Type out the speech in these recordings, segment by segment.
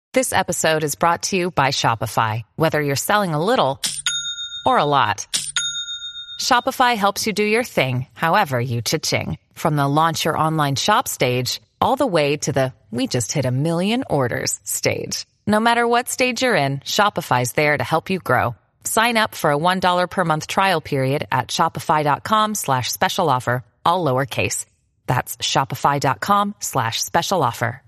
This episode is brought to you by Shopify. Whether you're selling a little or a lot, Shopify helps you do your thing, however you cha-ching. From the launch your online shop stage, all the way to the we just hit 1 million orders stage. No matter what stage you're in, Shopify's there to help you grow. Sign up for a $1 per month trial period at shopify.com/special offer, all lowercase. That's shopify.com/special offer.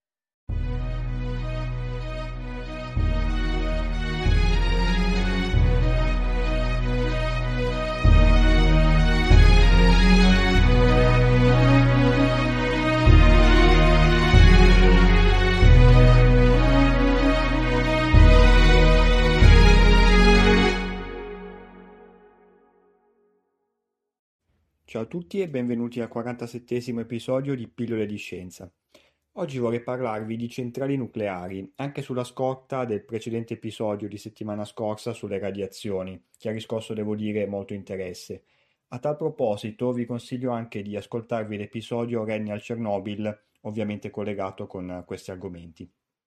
Ciao a tutti e benvenuti al 47esimo episodio di Pillole di Scienza. Oggi vorrei parlarvi di centrali nucleari, anche sulla scorta del precedente episodio di settimana scorsa sulle radiazioni, che ha riscosso, devo dire, molto interesse. A tal proposito vi consiglio anche di ascoltarvi l'episodio Regni al Chernobyl, ovviamente collegato con questi argomenti.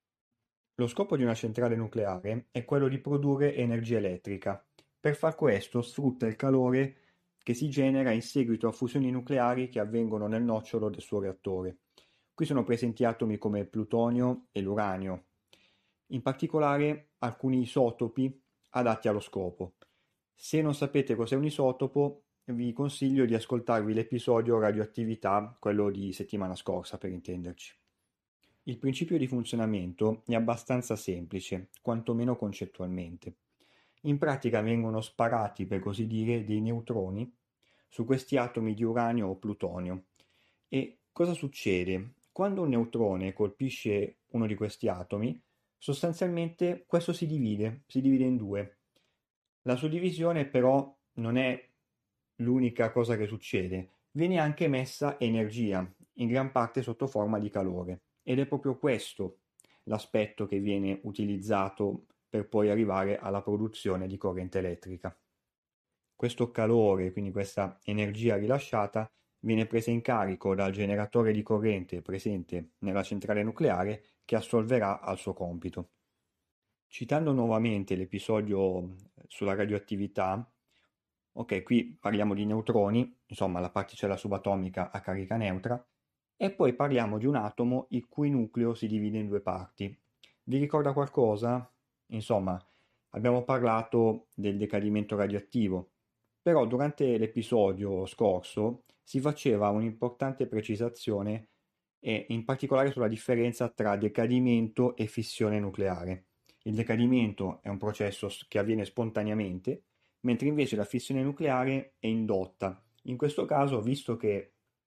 Lo scopo di una centrale nucleare è quello di produrre energia elettrica. Per far questo sfrutta il calore che si genera in seguito a fusioni nucleari che avvengono nel nocciolo del suo reattore. Qui sono presenti atomi come il plutonio e l'uranio, in particolare alcuni isotopi adatti allo scopo. Se non sapete cos'è un isotopo, vi consiglio di ascoltarvi l'episodio radioattività, quello di settimana scorsa per intenderci. Il principio di funzionamento è abbastanza semplice, quantomeno concettualmente. In pratica vengono sparati, per così dire, dei neutroni su questi atomi di uranio o plutonio. E cosa succede? Quando un neutrone colpisce uno di questi atomi, sostanzialmente questo si divide in due. La suddivisione però non è l'unica cosa che succede, viene anche emessa energia, in gran parte sotto forma di calore, ed è proprio questo l'aspetto che viene utilizzato per poi arrivare alla produzione di corrente elettrica. Questo calore, quindi questa energia rilasciata, viene presa in carico dal generatore di corrente presente nella centrale nucleare che assolverà al suo compito. Citando nuovamente l'episodio sulla radioattività, ok, qui parliamo di neutroni, insomma la particella subatomica a carica neutra, e poi parliamo di un atomo il cui nucleo si divide in due parti. Vi ricorda qualcosa? Insomma, abbiamo parlato del decadimento radioattivo, però durante l'episodio scorso si faceva un'importante precisazione e in particolare sulla differenza tra decadimento e fissione nucleare. Il decadimento è un processo che avviene spontaneamente, mentre invece la fissione nucleare è indotta. In questo caso, visto che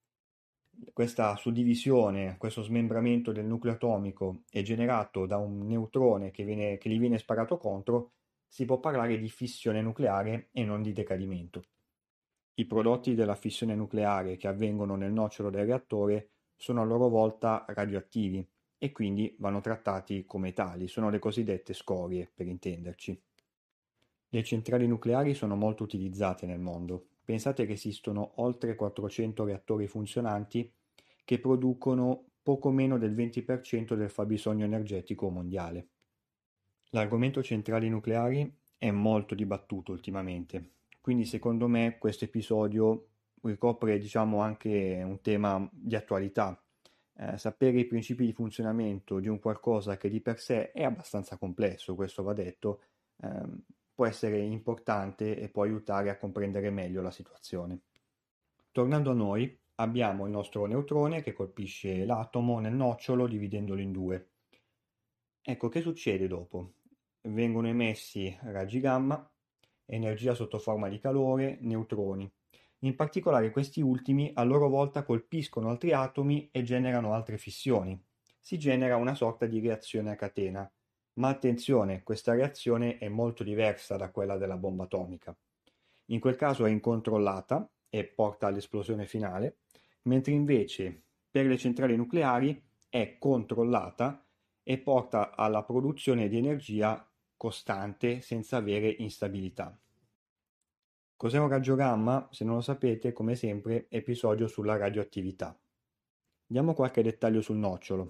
questa suddivisione, questo smembramento del nucleo atomico è generato da un neutrone che gli viene sparato contro, si può parlare di fissione nucleare e non di decadimento. I prodotti della fissione nucleare che avvengono nel nocciolo del reattore sono a loro volta radioattivi e quindi vanno trattati come tali, sono le cosiddette scorie, per intenderci. Le centrali nucleari sono molto utilizzate nel mondo. Pensate che esistono oltre 400 reattori funzionanti che producono poco meno del 20% del fabbisogno energetico mondiale. L'argomento centrali nucleari è molto dibattuto ultimamente, quindi secondo me questo episodio ricopre, diciamo, anche un tema di attualità. Sapere i principi di funzionamento di un qualcosa che di per sé è abbastanza complesso, questo va detto, può essere importante e può aiutare a comprendere meglio la situazione. Tornando a noi, abbiamo il nostro neutrone che colpisce l'atomo nel nocciolo dividendolo in due. Ecco, che succede dopo? Vengono emessi raggi gamma, energia sotto forma di calore, neutroni. In particolare questi ultimi a loro volta colpiscono altri atomi e generano altre fissioni. Si genera una sorta di reazione a catena. Ma attenzione, questa reazione è molto diversa da quella della bomba atomica. In quel caso è incontrollata e porta all'esplosione finale, mentre invece per le centrali nucleari è controllata e porta alla produzione di energia costante senza avere instabilità. Cos'è un raggio gamma? Se non lo sapete, come sempre, episodio sulla radioattività. Diamo qualche dettaglio sul nocciolo.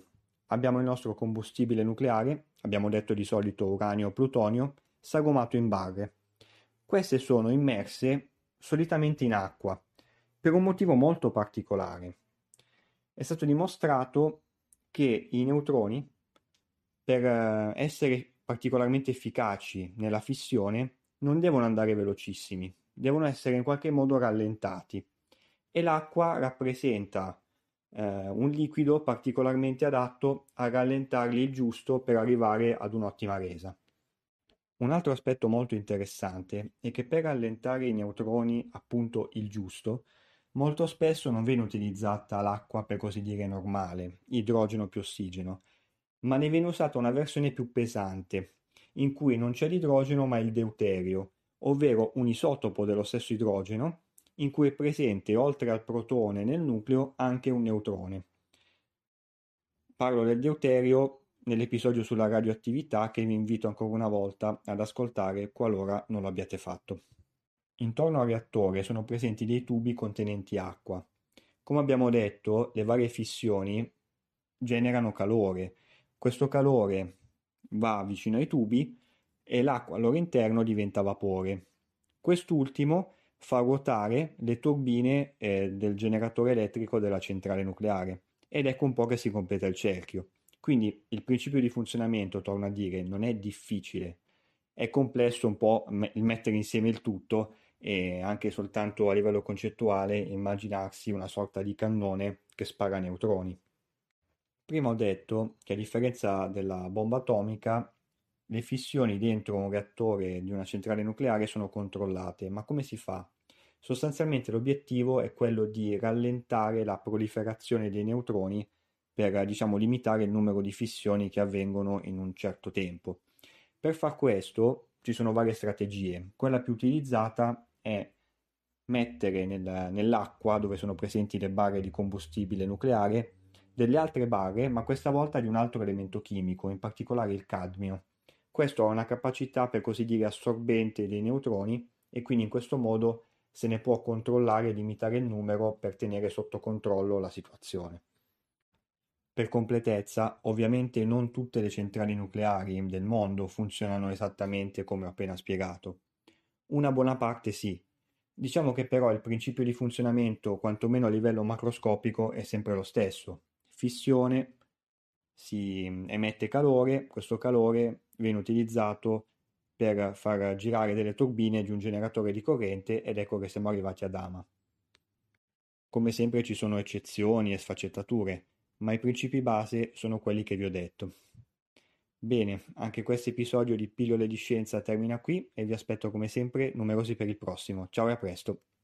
abbiamo il nostro combustibile nucleare, abbiamo detto di solito uranio o plutonio, sagomato in barre. Queste sono immerse solitamente in acqua, per un motivo molto particolare. È stato dimostrato che i neutroni, per essere particolarmente efficaci nella fissione, non devono andare velocissimi, devono essere in qualche modo rallentati. E l'acqua rappresenta un liquido particolarmente adatto a rallentarli il giusto per arrivare ad un'ottima resa. Un altro aspetto molto interessante è che per rallentare i neutroni, appunto il giusto, molto spesso non viene utilizzata l'acqua per così dire normale, idrogeno più ossigeno, ma ne viene usata una versione più pesante, in cui non c'è l'idrogeno ma il deuterio, ovvero un isotopo dello stesso idrogeno, in cui è presente oltre al protone nel nucleo anche un neutrone. Parlo del deuterio nell'episodio sulla radioattività che vi invito ancora una volta ad ascoltare qualora non lo abbiate fatto. Intorno al reattore sono presenti dei tubi contenenti acqua. Come abbiamo detto, le varie fissioni generano calore. Questo calore va vicino ai tubi e l'acqua al loro interno diventa vapore. Quest'ultimo fa ruotare le turbine del generatore elettrico della centrale nucleare ed ecco un po' che si completa il cerchio. Quindi il principio di funzionamento, torno a dire, non è difficile, è complesso un po' il mettere insieme il tutto e anche soltanto a livello concettuale immaginarsi una sorta di cannone che spara neutroni. Prima ho detto che a differenza della bomba atomica, le fissioni dentro un reattore di una centrale nucleare sono controllate, ma come si fa? Sostanzialmente l'obiettivo è quello di rallentare la proliferazione dei neutroni per, diciamo, limitare il numero di fissioni che avvengono in un certo tempo. Per far questo ci sono varie strategie. Quella più utilizzata è mettere nell'acqua dove sono presenti le barre di combustibile nucleare delle altre barre, ma questa volta di un altro elemento chimico, in particolare il cadmio. Questo ha una capacità per così dire assorbente dei neutroni e quindi in questo modo se ne può controllare e limitare il numero per tenere sotto controllo la situazione. Per completezza, ovviamente non tutte le centrali nucleari del mondo funzionano esattamente come ho appena spiegato. Una buona parte sì. Diciamo che però il principio di funzionamento, quantomeno a livello macroscopico, è sempre lo stesso. Fissione, si emette calore, questo calore viene utilizzato per far girare delle turbine di un generatore di corrente ed ecco che siamo arrivati ad AMA. Come sempre ci sono eccezioni e sfaccettature, ma i principi base sono quelli che vi ho detto. Bene, anche questo episodio di Pillole di Scienza termina qui e vi aspetto come sempre numerosi per il prossimo. Ciao e a presto!